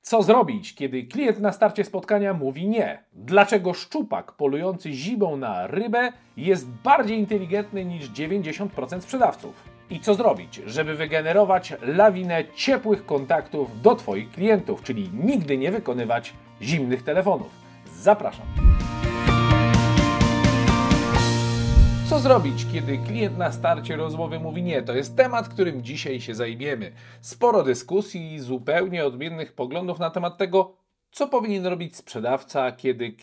Co zrobić, kiedy klient na starcie spotkania mówi nie? Dlaczego szczupak polujący zimą na rybę jest bardziej inteligentny niż 90% sprzedawców? I co zrobić, żeby wygenerować lawinę ciepłych kontaktów do Twoich klientów, czyli nigdy nie wykonywać zimnych telefonów? Zapraszam. Co zrobić, kiedy klient na starcie rozmowy mówi nie? To jest temat, którym dzisiaj się zajmiemy. Sporo dyskusji i zupełnie odmiennych poglądów na temat tego, co powinien robić sprzedawca,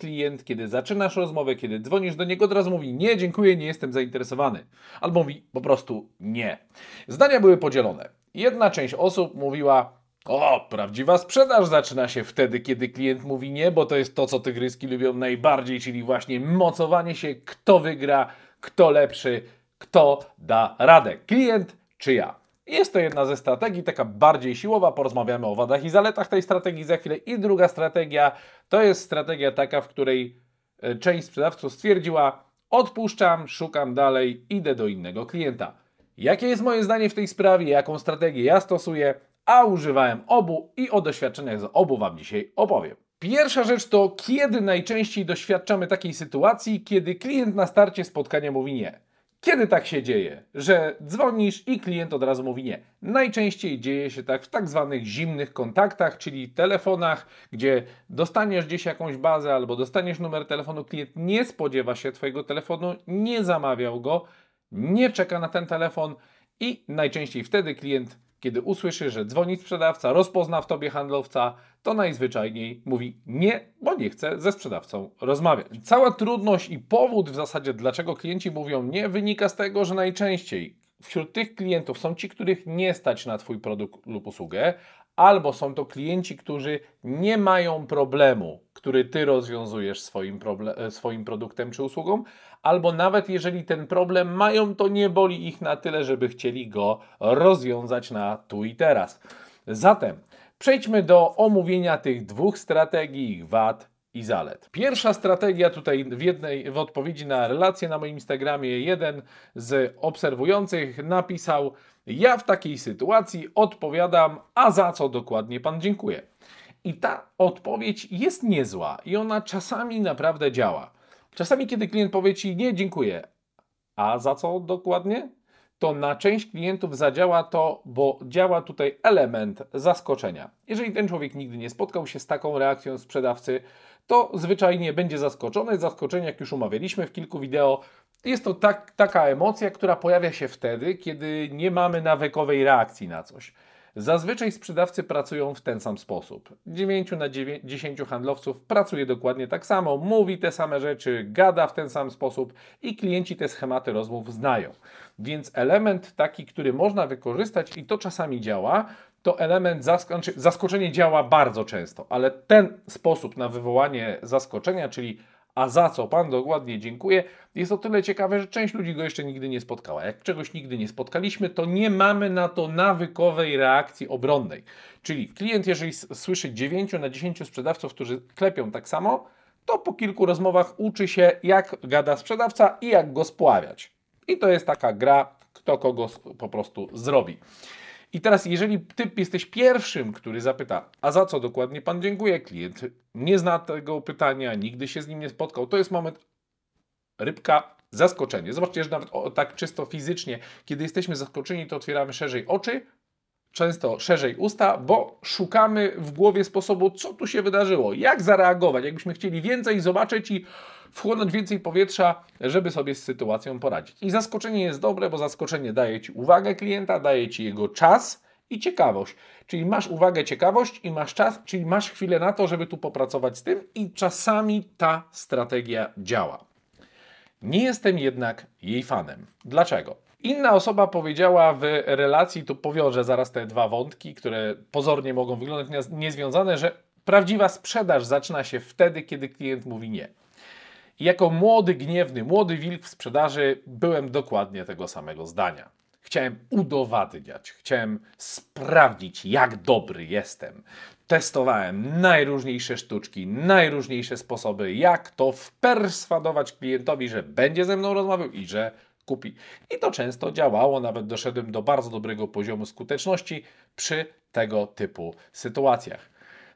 kiedy zaczynasz rozmowę, kiedy dzwonisz do niego, od razu mówi nie, dziękuję, nie jestem zainteresowany. Albo mówi po prostu nie. Zdania były podzielone. Jedna część osób mówiła: prawdziwa sprzedaż zaczyna się wtedy, kiedy klient mówi nie, bo to jest to, co tygryski lubią najbardziej, czyli właśnie mocowanie się, kto wygra, kto lepszy, kto da radę, klient czy ja. Jest to jedna ze strategii, taka bardziej siłowa, porozmawiamy o wadach i zaletach tej strategii za chwilę. I druga strategia to jest strategia taka, w której część sprzedawców stwierdziła: odpuszczam, szukam dalej, idę do innego klienta. Jakie jest moje zdanie w tej sprawie, jaką strategię ja stosuję, a używałem obu i o doświadczeniach z obu Wam dzisiaj opowiem. Pierwsza rzecz to, kiedy najczęściej doświadczamy takiej sytuacji, kiedy klient na starcie spotkania mówi nie. Kiedy tak się dzieje, że dzwonisz i klient od razu mówi nie? Najczęściej dzieje się tak w tak zwanych zimnych kontaktach, czyli telefonach, gdzie dostaniesz gdzieś jakąś bazę albo dostaniesz numer telefonu, klient nie spodziewa się Twojego telefonu, nie zamawiał go, nie czeka na ten telefon i najczęściej wtedy klient, kiedy usłyszy, że dzwoni sprzedawca, rozpozna w Tobie handlowca, to najzwyczajniej mówi nie, bo nie chce ze sprzedawcą rozmawiać. Cała trudność i powód w zasadzie, dlaczego klienci mówią nie, wynika z tego, że najczęściej wśród tych klientów są ci, których nie stać na Twój produkt lub usługę, albo są to klienci, którzy nie mają problemu, który Ty rozwiązujesz swoim produktem czy usługą, albo nawet jeżeli ten problem mają, to nie boli ich na tyle, żeby chcieli go rozwiązać na tu i teraz. Zatem przejdźmy do omówienia tych dwóch strategii, ich wad i zalet. Pierwsza strategia tutaj w odpowiedzi na relację na moim Instagramie, jeden z obserwujących napisał: ja w takiej sytuacji odpowiadam, a za co dokładnie Pan dziękuję? I ta odpowiedź jest niezła i ona czasami naprawdę działa. Czasami, kiedy klient powie Ci nie, dziękuję, a za co dokładnie? To na część klientów zadziała to, bo działa tutaj element zaskoczenia. Jeżeli ten człowiek nigdy nie spotkał się z taką reakcją sprzedawcy, to zwyczajnie będzie zaskoczony. Zaskoczenie, jak już omawialiśmy w kilku wideo, jest to taka emocja, która pojawia się wtedy, kiedy nie mamy nawykowej reakcji na coś. Zazwyczaj sprzedawcy pracują w ten sam sposób. 9 na 10 handlowców pracuje dokładnie tak samo, mówi te same rzeczy, gada w ten sam sposób i klienci te schematy rozmów znają. Więc element taki, który można wykorzystać i to czasami działa, to element zaskoczenie działa bardzo często, ale ten sposób na wywołanie zaskoczenia, czyli a za co Pan dokładnie dziękuję, jest o tyle ciekawe, że część ludzi go jeszcze nigdy nie spotkała. Jak czegoś nigdy nie spotkaliśmy, to nie mamy na to nawykowej reakcji obronnej. Czyli klient, jeżeli słyszy 9 na 10 sprzedawców, którzy klepią tak samo, to po kilku rozmowach uczy się, jak gada sprzedawca i jak go spławiać. I to jest taka gra, kto kogo po prostu zrobi. I teraz, jeżeli Ty jesteś pierwszym, który zapyta, a za co dokładnie Pan dziękuję, klient nie zna tego pytania, nigdy się z nim nie spotkał, to jest moment rybka, zaskoczenie. Zobaczcie, że nawet tak czysto fizycznie, kiedy jesteśmy zaskoczeni, to otwieramy szerzej oczy, często szerzej usta, bo szukamy w głowie sposobu, co tu się wydarzyło, jak zareagować, jakbyśmy chcieli więcej zobaczyć i wchłonąć więcej powietrza, żeby sobie z sytuacją poradzić. I zaskoczenie jest dobre, bo zaskoczenie daje Ci uwagę klienta, daje Ci jego czas i ciekawość. Czyli masz uwagę, ciekawość i masz czas, czyli masz chwilę na to, żeby tu popracować z tym i czasami ta strategia działa. Nie jestem jednak jej fanem. Dlaczego? Inna osoba powiedziała w relacji, tu powiążę zaraz te dwa wątki, które pozornie mogą wyglądać niezwiązane, że prawdziwa sprzedaż zaczyna się wtedy, kiedy klient mówi nie. I jako młody, gniewny, młody wilk w sprzedaży byłem dokładnie tego samego zdania. Chciałem udowadniać, chciałem sprawdzić, jak dobry jestem. Testowałem najróżniejsze sztuczki, najróżniejsze sposoby, jak to wperswadować klientowi, że będzie ze mną rozmawiał i że kupi. I to często działało, nawet doszedłem do bardzo dobrego poziomu skuteczności przy tego typu sytuacjach.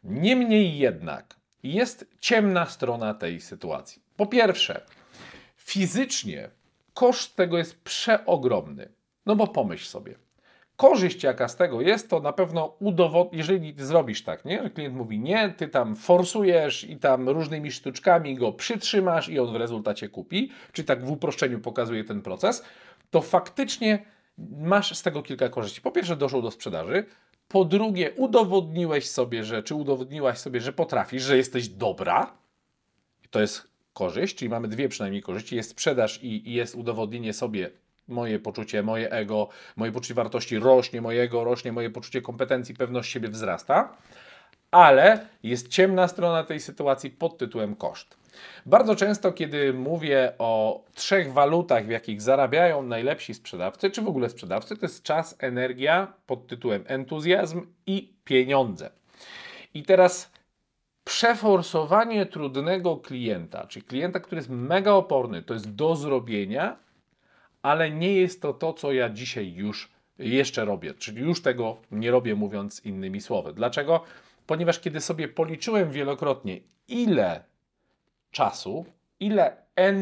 Niemniej jednak jest ciemna strona tej sytuacji. Po pierwsze, fizycznie koszt tego jest przeogromny. No bo pomyśl sobie. Korzyść jaka z tego jest, to na pewno jeżeli zrobisz tak, nie? Że klient mówi nie, ty tam forsujesz i tam różnymi sztuczkami go przytrzymasz i on w rezultacie kupi, czyli tak w uproszczeniu pokazuje ten proces, to faktycznie masz z tego kilka korzyści. Po pierwsze doszło do sprzedaży, po drugie udowodniłaś sobie, że potrafisz, że jesteś dobra. To jest korzyść, czyli mamy dwie przynajmniej korzyści. Jest sprzedaż i jest udowodnienie sobie, moje poczucie, moje ego, moje poczucie wartości rośnie, rośnie, moje poczucie kompetencji, pewność siebie wzrasta. Ale jest ciemna strona tej sytuacji pod tytułem koszt. Bardzo często, kiedy mówię o 3 walutach, w jakich zarabiają najlepsi sprzedawcy, czy w ogóle sprzedawcy, to jest czas, energia pod tytułem entuzjazm i pieniądze. I teraz przeforsowanie trudnego klienta, czyli klienta, który jest mega oporny, to jest do zrobienia, ale nie jest to, co ja dzisiaj już jeszcze robię, czyli już tego nie robię, mówiąc innymi słowy. Dlaczego? Ponieważ kiedy sobie policzyłem wielokrotnie, ile czasu, ile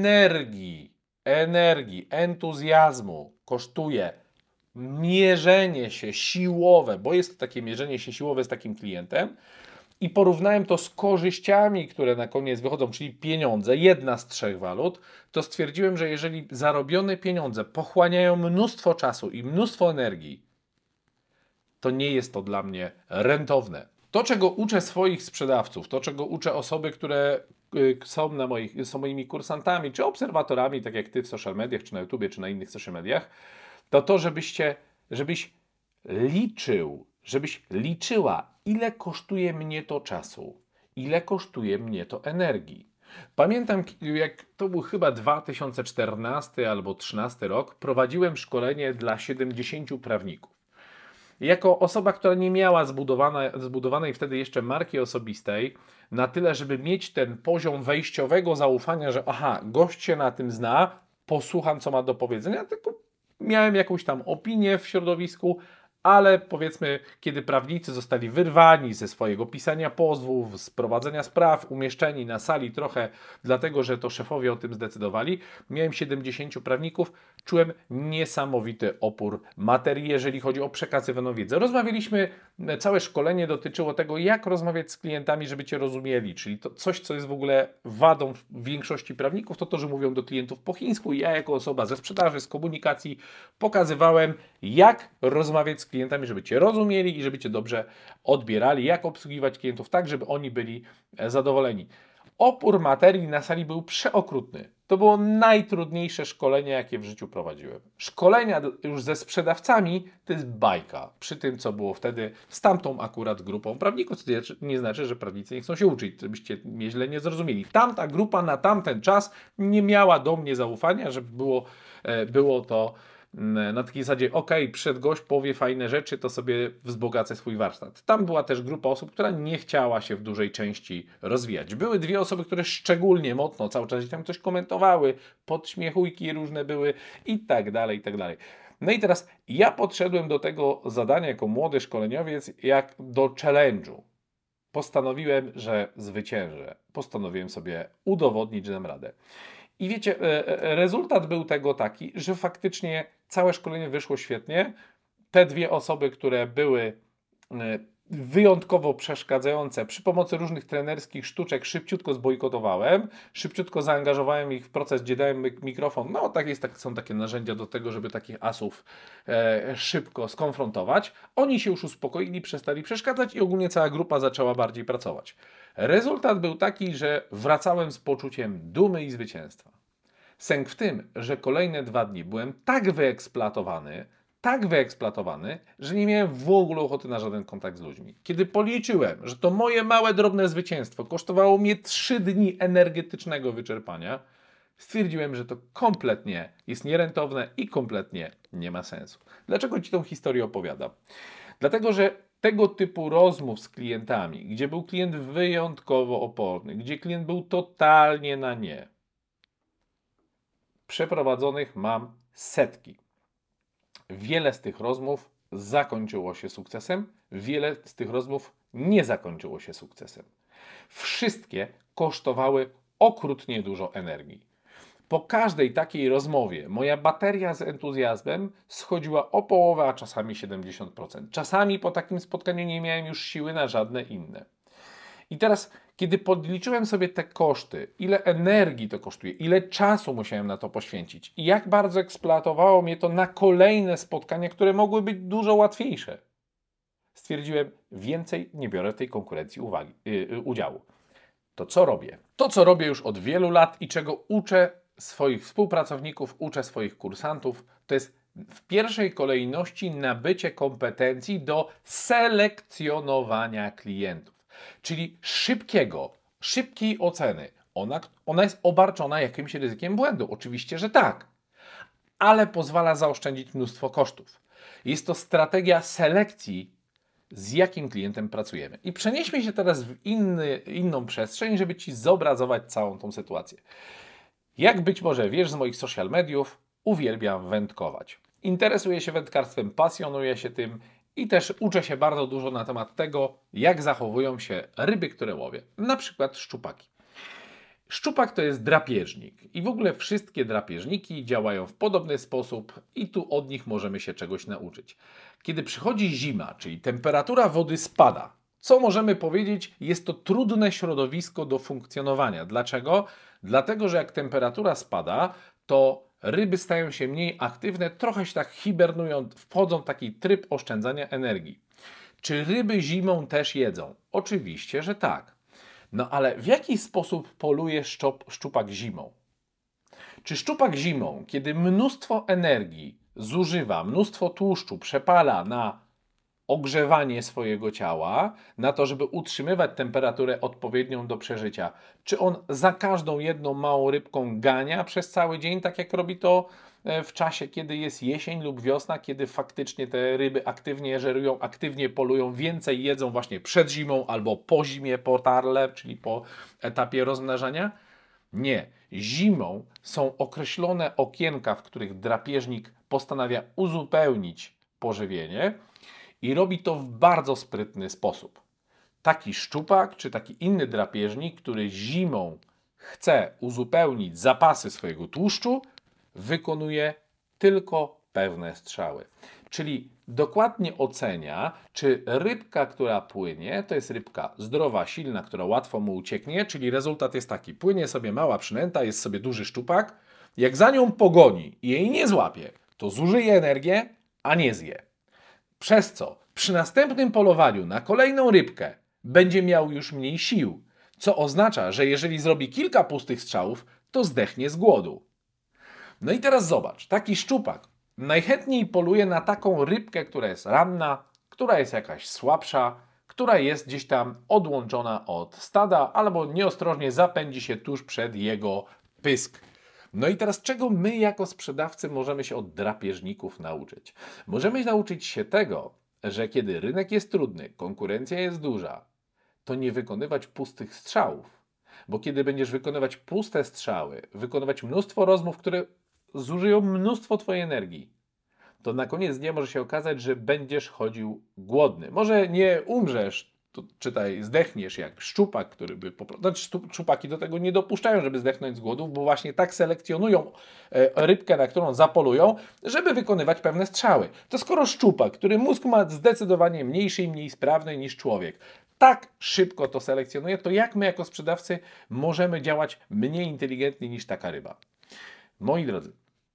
energii, entuzjazmu kosztuje mierzenie się siłowe, bo jest to takie mierzenie się siłowe z takim klientem, i porównałem to z korzyściami, które na koniec wychodzą, czyli pieniądze, jedna z 3 walut, to stwierdziłem, że jeżeli zarobione pieniądze pochłaniają mnóstwo czasu i mnóstwo energii, to nie jest to dla mnie rentowne. To, czego uczę swoich sprzedawców, to, czego uczę osoby, które są moimi kursantami, czy obserwatorami, tak jak ty w social mediach, czy na YouTubie, czy na innych social mediach, to to, żebyś liczyła, ile kosztuje mnie to czasu, ile kosztuje mnie to energii. Pamiętam, jak to był chyba 2014 albo 2013 rok, prowadziłem szkolenie dla 70 prawników. Jako osoba, która nie miała zbudowanej wtedy jeszcze marki osobistej, na tyle, żeby mieć ten poziom wejściowego zaufania, że gość się na tym zna, posłucham, co ma do powiedzenia, tylko miałem jakąś tam opinię w środowisku, ale powiedzmy, kiedy prawnicy zostali wyrwani ze swojego pisania pozwów, z prowadzenia spraw, umieszczeni na sali trochę dlatego, że to szefowie o tym zdecydowali, miałem 70 prawników, czułem niesamowity opór materii, jeżeli chodzi o przekazywaną wiedzę. Rozmawialiśmy, całe szkolenie dotyczyło tego, jak rozmawiać z klientami, żeby Cię rozumieli, czyli to coś, co jest w ogóle wadą większości prawników, to, że mówią do klientów po chińsku. Ja jako osoba ze sprzedaży, z komunikacji pokazywałem, jak rozmawiać z klientami, żeby Cię rozumieli i żeby Cię dobrze odbierali, jak obsługiwać klientów tak, żeby oni byli zadowoleni. Opór materii na sali był przeokrutny. To było najtrudniejsze szkolenie, jakie w życiu prowadziłem. Szkolenia już ze sprzedawcami to jest bajka. Przy tym, co było wtedy z tamtą akurat grupą prawników, co nie znaczy, że prawnicy nie chcą się uczyć, żebyście mnie źle nie zrozumieli. Tamta grupa na tamten czas nie miała do mnie zaufania, żeby było to na takiej zasadzie, przyszedł gość, powie fajne rzeczy, to sobie wzbogacę swój warsztat. Tam była też grupa osób, która nie chciała się w dużej części rozwijać. Były 2 osoby, które szczególnie mocno cały czas tam coś komentowały, podśmiechujki różne były i tak dalej, i tak dalej. No i teraz ja podszedłem do tego zadania jako młody szkoleniowiec jak do challenge'u. Postanowiłem, że zwyciężę. Postanowiłem sobie udowodnić, że dam radę. I wiecie, rezultat był tego taki, że faktycznie całe szkolenie wyszło świetnie. Te 2 osoby, które były wyjątkowo przeszkadzające, przy pomocy różnych trenerskich sztuczek szybciutko zbojkotowałem, szybciutko zaangażowałem ich w proces, gdzie dałem mikrofon. No, są takie narzędzia do tego, żeby takich asów szybko skonfrontować. Oni się już uspokoili, przestali przeszkadzać i ogólnie cała grupa zaczęła bardziej pracować. Rezultat był taki, że wracałem z poczuciem dumy i zwycięstwa. Sęk w tym, że kolejne 2 dni byłem tak wyeksploatowany, że nie miałem w ogóle ochoty na żaden kontakt z ludźmi. Kiedy policzyłem, że to moje małe, drobne zwycięstwo kosztowało mnie 3 dni energetycznego wyczerpania, stwierdziłem, że to kompletnie jest nierentowne i kompletnie nie ma sensu. Dlaczego Ci tą historię opowiadam? Dlatego, że tego typu rozmów z klientami, gdzie był klient wyjątkowo oporny, gdzie klient był totalnie na nie, przeprowadzonych mam setki. Wiele z tych rozmów zakończyło się sukcesem, wiele z tych rozmów nie zakończyło się sukcesem. Wszystkie kosztowały okrutnie dużo energii. Po każdej takiej rozmowie moja bateria z entuzjazmem schodziła o połowę, a czasami 70%. Czasami po takim spotkaniu nie miałem już siły na żadne inne. I teraz, kiedy podliczyłem sobie te koszty, ile energii to kosztuje, ile czasu musiałem na to poświęcić i jak bardzo eksploatowało mnie to na kolejne spotkania, które mogły być dużo łatwiejsze, stwierdziłem, więcej nie biorę w tej konkurencji udziału. To co robię? To, co robię już od wielu lat i czego uczę swoich współpracowników, uczę swoich kursantów, to jest w pierwszej kolejności nabycie kompetencji do selekcjonowania klientów. Czyli szybkiej oceny. Ona jest obarczona jakimś ryzykiem błędu. Oczywiście, że tak. Ale pozwala zaoszczędzić mnóstwo kosztów. Jest to strategia selekcji, z jakim klientem pracujemy. I przenieśmy się teraz w inną przestrzeń, żeby Ci zobrazować całą tą sytuację. Jak być może wiesz z moich social mediów, uwielbiam wędkować. Interesuję się wędkarstwem, pasjonuję się tym i też uczę się bardzo dużo na temat tego, jak zachowują się ryby, które łowię. Na przykład szczupaki. Szczupak to jest drapieżnik i w ogóle wszystkie drapieżniki działają w podobny sposób i tu od nich możemy się czegoś nauczyć. Kiedy przychodzi zima, czyli temperatura wody spada, co możemy powiedzieć, jest to trudne środowisko do funkcjonowania. Dlaczego? Dlatego, że jak temperatura spada, to ryby stają się mniej aktywne, trochę się tak hibernują, wchodzą w taki tryb oszczędzania energii. Czy ryby zimą też jedzą? Oczywiście, że tak. No ale w jaki sposób poluje szczupak zimą? Czy szczupak zimą, kiedy mnóstwo energii zużywa, mnóstwo tłuszczu przepala na ogrzewanie swojego ciała, na to, żeby utrzymywać temperaturę odpowiednią do przeżycia, czy on za każdą jedną małą rybką gania przez cały dzień, tak jak robi to w czasie, kiedy jest jesień lub wiosna, kiedy faktycznie te ryby aktywnie żerują, aktywnie polują, więcej jedzą właśnie przed zimą albo po zimie, po tarle, czyli po etapie rozmnażania? Nie. Zimą są określone okienka, w których drapieżnik postanawia uzupełnić pożywienie i robi to w bardzo sprytny sposób. Taki szczupak czy taki inny drapieżnik, który zimą chce uzupełnić zapasy swojego tłuszczu, wykonuje tylko pewne strzały. Czyli dokładnie ocenia, czy rybka, która płynie, to jest rybka zdrowa, silna, która łatwo mu ucieknie, czyli rezultat jest taki, płynie sobie mała przynęta, jest sobie duży szczupak, jak za nią pogoni i jej nie złapie, to zużyje energię, a nie zje. Przez co przy następnym polowaniu na kolejną rybkę będzie miał już mniej sił, co oznacza, że jeżeli zrobi kilka pustych strzałów, to zdechnie z głodu. No i teraz zobacz, taki szczupak najchętniej poluje na taką rybkę, która jest ranna, która jest jakaś słabsza, która jest gdzieś tam odłączona od stada albo nieostrożnie zapędzi się tuż przed jego pysk. No i teraz czego my jako sprzedawcy możemy się od drapieżników nauczyć? Możemy nauczyć się tego, że kiedy rynek jest trudny, konkurencja jest duża, to nie wykonywać pustych strzałów. Bo kiedy będziesz wykonywać puste strzały, wykonywać mnóstwo rozmów, które zużyją mnóstwo Twojej energii, to na koniec dnia może się okazać, że będziesz chodził głodny. Może nie umrzesz, to czytaj, zdechniesz jak szczupak, który by po prostu... Znaczy, szczupaki do tego nie dopuszczają, żeby zdechnąć z głodu, bo właśnie tak selekcjonują rybkę, na którą zapolują, żeby wykonywać pewne strzały. To skoro szczupak, który mózg ma zdecydowanie mniejszy i mniej sprawny niż człowiek, tak szybko to selekcjonuje, to jak my jako sprzedawcy możemy działać mniej inteligentnie niż taka ryba? Moi drodzy,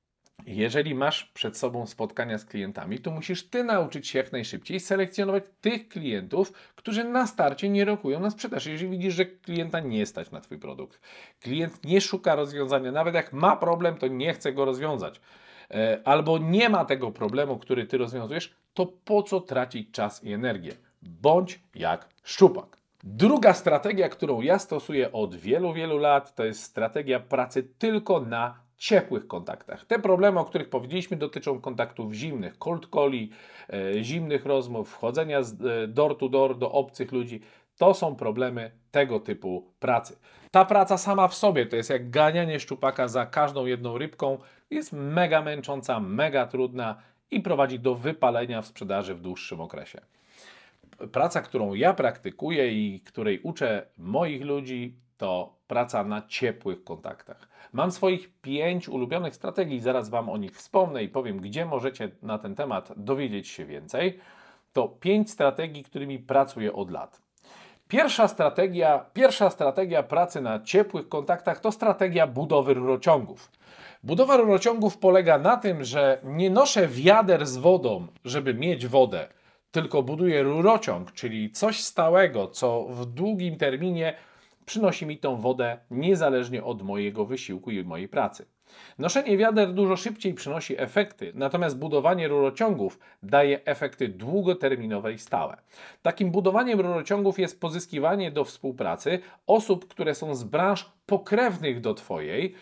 jeżeli masz przed sobą spotkania z klientami, to musisz Ty nauczyć się jak najszybciej selekcjonować tych klientów, którzy na starcie nie rokują na sprzedaż. Jeżeli widzisz, że klienta nie stać na Twój produkt, klient nie szuka rozwiązania, nawet jak ma problem, to nie chce go rozwiązać, albo nie ma tego problemu, który Ty rozwiązujesz, to po co tracić czas i energię? Bądź jak szczupak. Druga strategia, którą ja stosuję od wielu lat, to jest strategia pracy tylko na ciepłych kontaktach. Te problemy, o których powiedzieliśmy, dotyczą kontaktów zimnych, cold calli, zimnych rozmów, wchodzenia z door to door do obcych ludzi. To są problemy tego typu pracy. Ta praca sama w sobie to jest jak ganianie szczupaka za każdą jedną rybką. Jest mega męcząca, mega trudna i prowadzi do wypalenia w sprzedaży w dłuższym okresie. praca, którą ja praktykuję i której uczę moich ludzi, to praca na ciepłych kontaktach. Mam swoich 5 ulubionych strategii, zaraz Wam o nich wspomnę i powiem, gdzie możecie na ten temat dowiedzieć się więcej. To 5 strategii, którymi pracuję od lat. Pierwsza strategia pracy na ciepłych kontaktach to strategia budowy rurociągów. Budowa rurociągów polega na tym, że nie noszę wiader z wodą, żeby mieć wodę, tylko buduję rurociąg, czyli coś stałego, co w długim terminie przynosi mi tą wodę niezależnie od mojego wysiłku i mojej pracy. Noszenie wiader dużo szybciej przynosi efekty, natomiast budowanie rurociągów daje efekty długoterminowe i stałe. Takim budowaniem rurociągów jest pozyskiwanie do współpracy osób, które są z branż pokrewnych do Twojej.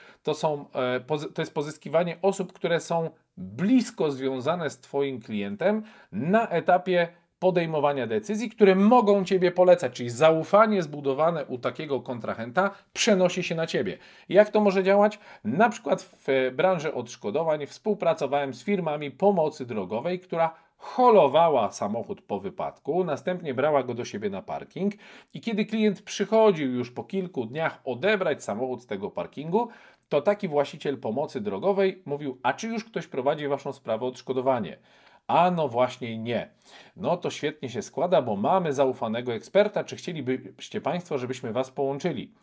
To jest pozyskiwanie osób, które są blisko związane z Twoim klientem na etapie podejmowania decyzji, które mogą Ciebie polecać, czyli zaufanie zbudowane u takiego kontrahenta przenosi się na Ciebie. Jak to może działać? Na przykład w branży odszkodowań współpracowałem z firmami pomocy drogowej, która holowała samochód po wypadku, następnie brała go do siebie na parking i kiedy klient przychodził już po kilku dniach odebrać samochód z tego parkingu, to taki właściciel pomocy drogowej mówił: a czy już ktoś prowadzi Waszą sprawę o odszkodowanie? A no właśnie nie. No to świetnie się składa, bo mamy zaufanego eksperta. Czy chcielibyście Państwo, żebyśmy Was połączyli?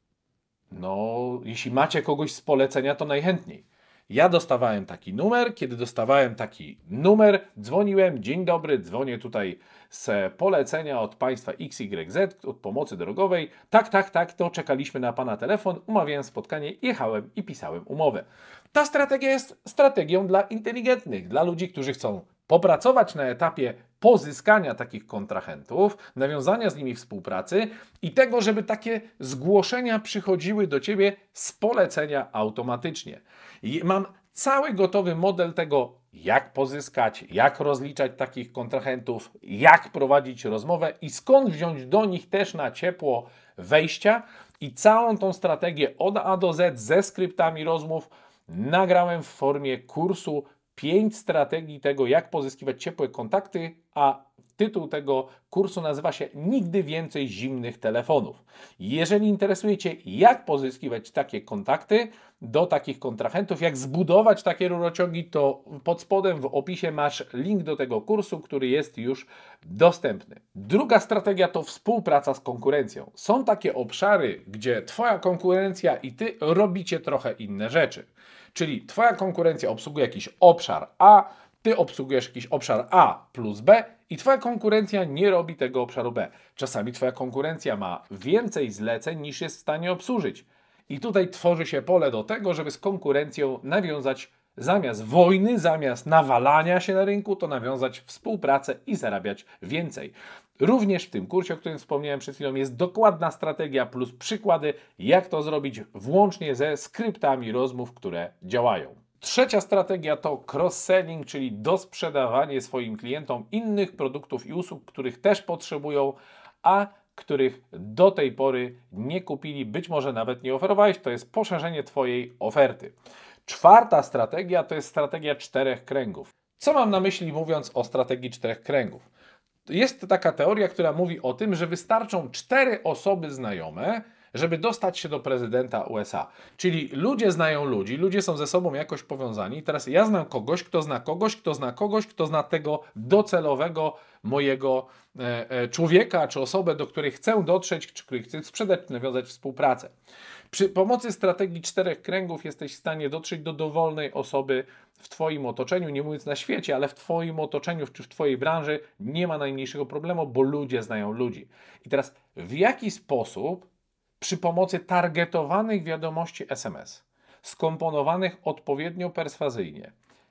No, jeśli macie kogoś z polecenia, to najchętniej. Ja dostawałem taki numer. Kiedy dostawałem taki numer, dzwoniłem: dzień dobry, dzwonię tutaj z polecenia od Państwa XYZ, od pomocy drogowej. Tak, to czekaliśmy na Pana telefon, umawiałem spotkanie, jechałem i pisałem umowę. Ta strategia jest strategią dla inteligentnych, dla ludzi, którzy chcą popracować na etapie pozyskania takich kontrahentów, nawiązania z nimi współpracy i tego, żeby takie zgłoszenia przychodziły do Ciebie z polecenia automatycznie. I mam cały gotowy model tego, jak pozyskać, jak rozliczać takich kontrahentów, jak prowadzić rozmowę i skąd wziąć do nich też na ciepło wejścia. I całą tą strategię od A do Z ze skryptami rozmów nagrałem w formie kursu 5 strategii tego, jak pozyskiwać ciepłe kontakty, a tytuł tego kursu nazywa się Nigdy więcej zimnych telefonów. Jeżeli interesuje Cię, jak pozyskiwać takie kontakty do takich kontrahentów, jak zbudować takie rurociągi, to pod spodem w opisie masz link do tego kursu, który jest już dostępny. Druga strategia to współpraca z konkurencją. Są takie obszary, gdzie Twoja konkurencja i Ty robicie trochę inne rzeczy. Czyli Twoja konkurencja obsługuje jakiś obszar A, Ty obsługujesz jakiś obszar A plus B i Twoja konkurencja nie robi tego obszaru B. Czasami Twoja konkurencja ma więcej zleceń niż jest w stanie obsłużyć. I tutaj tworzy się pole do tego, żeby z konkurencją nawiązać zamiast wojny, zamiast nawalania się na rynku, to nawiązać współpracę i zarabiać więcej. Również w tym kursie, o którym wspomniałem przed chwilą, jest dokładna strategia plus przykłady, jak to zrobić włącznie ze skryptami rozmów, które działają. Trzecia strategia to cross-selling, czyli dosprzedawanie swoim klientom innych produktów i usług, których też potrzebują, a których do tej pory nie kupili, być może nawet nie oferowałeś. To jest poszerzenie Twojej oferty. Czwarta strategia to jest strategia 4 kręgów. Co mam na myśli, mówiąc o strategii 4 kręgów? Jest taka teoria, która mówi o tym, że wystarczą 4 osoby znajome, żeby dostać się do prezydenta USA. Czyli ludzie znają ludzi, ludzie są ze sobą jakoś powiązani. Teraz ja znam kogoś, kto zna kogoś, kto zna kogoś, kto zna tego docelowego mojego człowieka, czy osobę, do której chcę dotrzeć, czy której chcę sprzedać, czy nawiązać współpracę. Przy pomocy strategii 4 kręgów jesteś w stanie dotrzeć do dowolnej osoby w Twoim otoczeniu, nie mówiąc na świecie, ale w Twoim otoczeniu czy w Twojej branży nie ma najmniejszego problemu, bo ludzie znają ludzi. I teraz w jaki sposób przy pomocy targetowanych wiadomości SMS, skomponowanych odpowiednio perswazyjnie,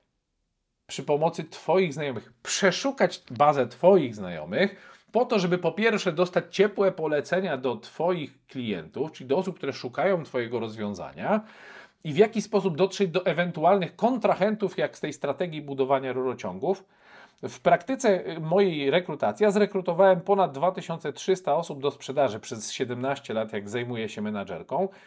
przy pomocy Twoich znajomych, przeszukać bazę Twoich znajomych, po to, żeby po pierwsze dostać ciepłe polecenia do Twoich klientów, czyli do osób, które szukają Twojego rozwiązania i w jaki sposób dotrzeć do ewentualnych kontrahentów, jak z tej strategii budowania rurociągów. W praktyce mojej rekrutacji ja zrekrutowałem ponad 2300 osób do sprzedaży przez 17 lat, jak zajmuję się menadżerką.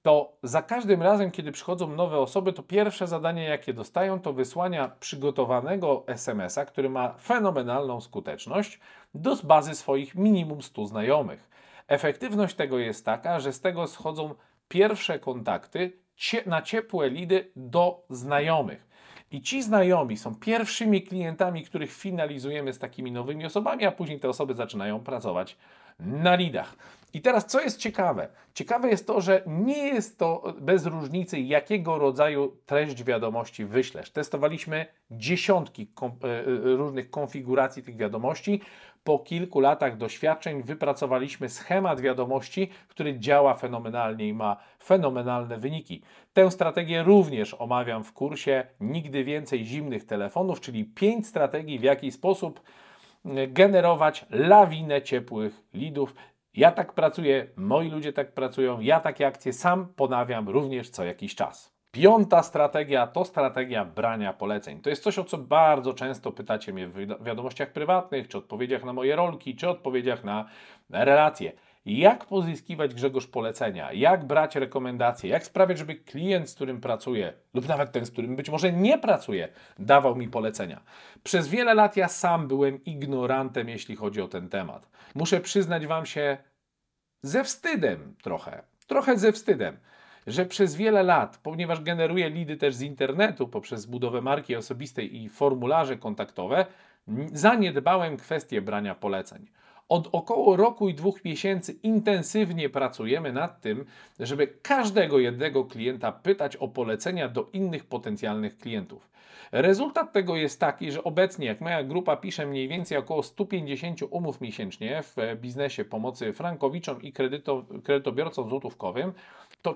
to za każdym razem, kiedy przychodzą nowe osoby, to pierwsze zadanie, jakie dostają, to wysłania przygotowanego SMS-a, który ma fenomenalną skuteczność, do bazy swoich minimum 100 znajomych. Efektywność tego jest taka, że z tego schodzą pierwsze kontakty na ciepłe lidy do znajomych. I ci znajomi są pierwszymi klientami, których finalizujemy z takimi nowymi osobami, a później te osoby zaczynają pracować na lidach. I teraz co jest ciekawe? Ciekawe jest to, że nie jest to bez różnicy, jakiego rodzaju treść wiadomości wyślesz. Testowaliśmy dziesiątki różnych konfiguracji tych wiadomości. Po kilku latach doświadczeń wypracowaliśmy schemat wiadomości, który działa fenomenalnie i ma fenomenalne wyniki. Tę strategię również omawiam w kursie Nigdy więcej zimnych telefonów, czyli 5 strategii, w jaki sposób generować lawinę ciepłych lidów. Ja tak pracuję, moi ludzie tak pracują, ja takie akcje sam ponawiam również co jakiś czas. 5. strategia to strategia brania poleceń. To jest coś, o co bardzo często pytacie mnie w wiadomościach prywatnych, czy odpowiedziach na moje rolki, czy odpowiedziach na relacje. Jak pozyskiwać, Grzegorz, polecenia? Jak brać rekomendacje? Jak sprawiać, żeby klient, z którym pracuję, lub nawet ten, z którym być może nie pracuję, dawał mi polecenia? Przez wiele lat ja sam byłem ignorantem, jeśli chodzi o ten temat. Muszę przyznać Wam się ze wstydem trochę ze wstydem, że przez wiele lat, ponieważ generuję lidy też z internetu poprzez budowę marki osobistej i formularze kontaktowe, zaniedbałem kwestię brania poleceń. Od około roku i 2 miesięcy intensywnie pracujemy nad tym, żeby każdego jednego klienta pytać o polecenia do innych potencjalnych klientów. Rezultat tego jest taki, że obecnie, jak moja grupa pisze mniej więcej około 150 umów miesięcznie w biznesie pomocy frankowiczom i kredytobiorcom złotówkowym, to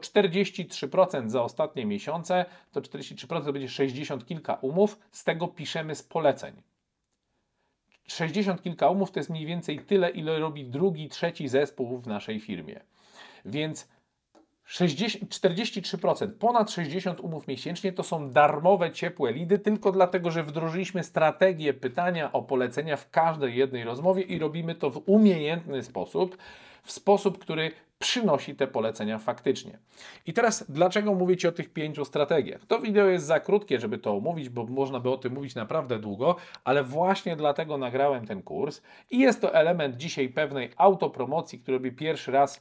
43% za ostatnie miesiące, to 43% to będzie 60 kilka umów, z tego piszemy z poleceń. 60 kilka umów to jest mniej więcej tyle, ile robi drugi, trzeci zespół w naszej firmie. Więc 43%, ponad 60 umów miesięcznie to są darmowe, ciepłe lidy, tylko dlatego, że wdrożyliśmy strategię pytania o polecenia w każdej jednej rozmowie i robimy to w umiejętny sposób, w sposób, który przynosi te polecenia faktycznie. I teraz dlaczego mówię Ci o tych 5 strategiach? To wideo jest za krótkie, żeby to omówić, bo można by o tym mówić naprawdę długo, ale właśnie dlatego nagrałem ten kurs i jest to element dzisiaj pewnej autopromocji, który robię pierwszy raz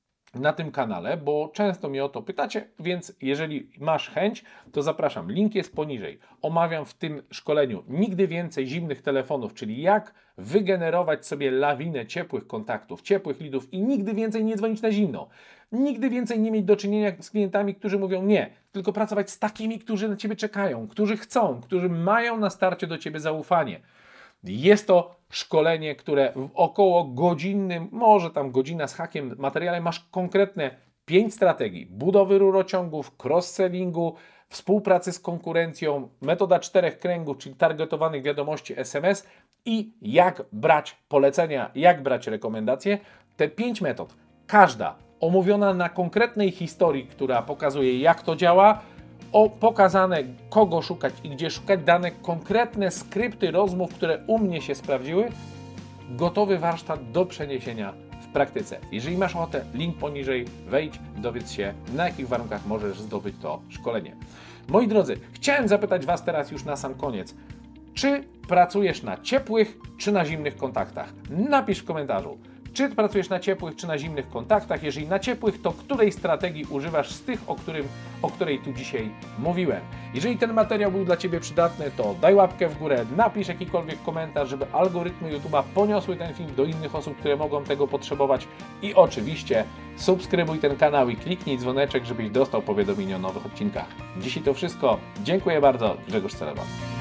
na tym kanale, bo często mnie o to pytacie, więc jeżeli masz chęć, to zapraszam. Link jest poniżej. Omawiam w tym szkoleniu Nigdy więcej zimnych telefonów, czyli jak wygenerować sobie lawinę ciepłych kontaktów, ciepłych lidów i nigdy więcej nie dzwonić na zimno. Nigdy więcej nie mieć do czynienia z klientami, którzy mówią nie, tylko pracować z takimi, którzy na Ciebie czekają, którzy chcą, którzy mają na starcie do Ciebie zaufanie. Jest to szkolenie, które w około godzinnym, może tam godzina z hakiem materiale masz konkretne 5 strategii budowy rurociągów, cross-sellingu, współpracy z konkurencją, metoda 4 kręgów, czyli targetowanych wiadomości SMS i jak brać polecenia, jak brać rekomendacje. Te 5 metod, każda omówiona na konkretnej historii, która pokazuje jak to działa, pokazane kogo szukać i gdzie szukać, dane konkretne skrypty rozmów, które u mnie się sprawdziły, gotowy warsztat do przeniesienia w praktyce. Jeżeli masz ochotę, link poniżej, wejdź, dowiedz się, na jakich warunkach możesz zdobyć to szkolenie. Moi drodzy, chciałem zapytać Was teraz już na sam koniec, czy pracujesz na ciepłych, czy na zimnych kontaktach? Napisz w komentarzu. Czy pracujesz na ciepłych, czy na zimnych kontaktach? Jeżeli na ciepłych, to której strategii używasz z tych, o której tu dzisiaj mówiłem? Jeżeli ten materiał był dla Ciebie przydatny, to daj łapkę w górę, napisz jakikolwiek komentarz, żeby algorytmy YouTube'a poniosły ten film do innych osób, które mogą tego potrzebować. I oczywiście subskrybuj ten kanał i kliknij dzwoneczek, żebyś dostał powiadomienie o nowych odcinkach. Dzisiaj to wszystko. Dziękuję bardzo. Grzegorz Celeban.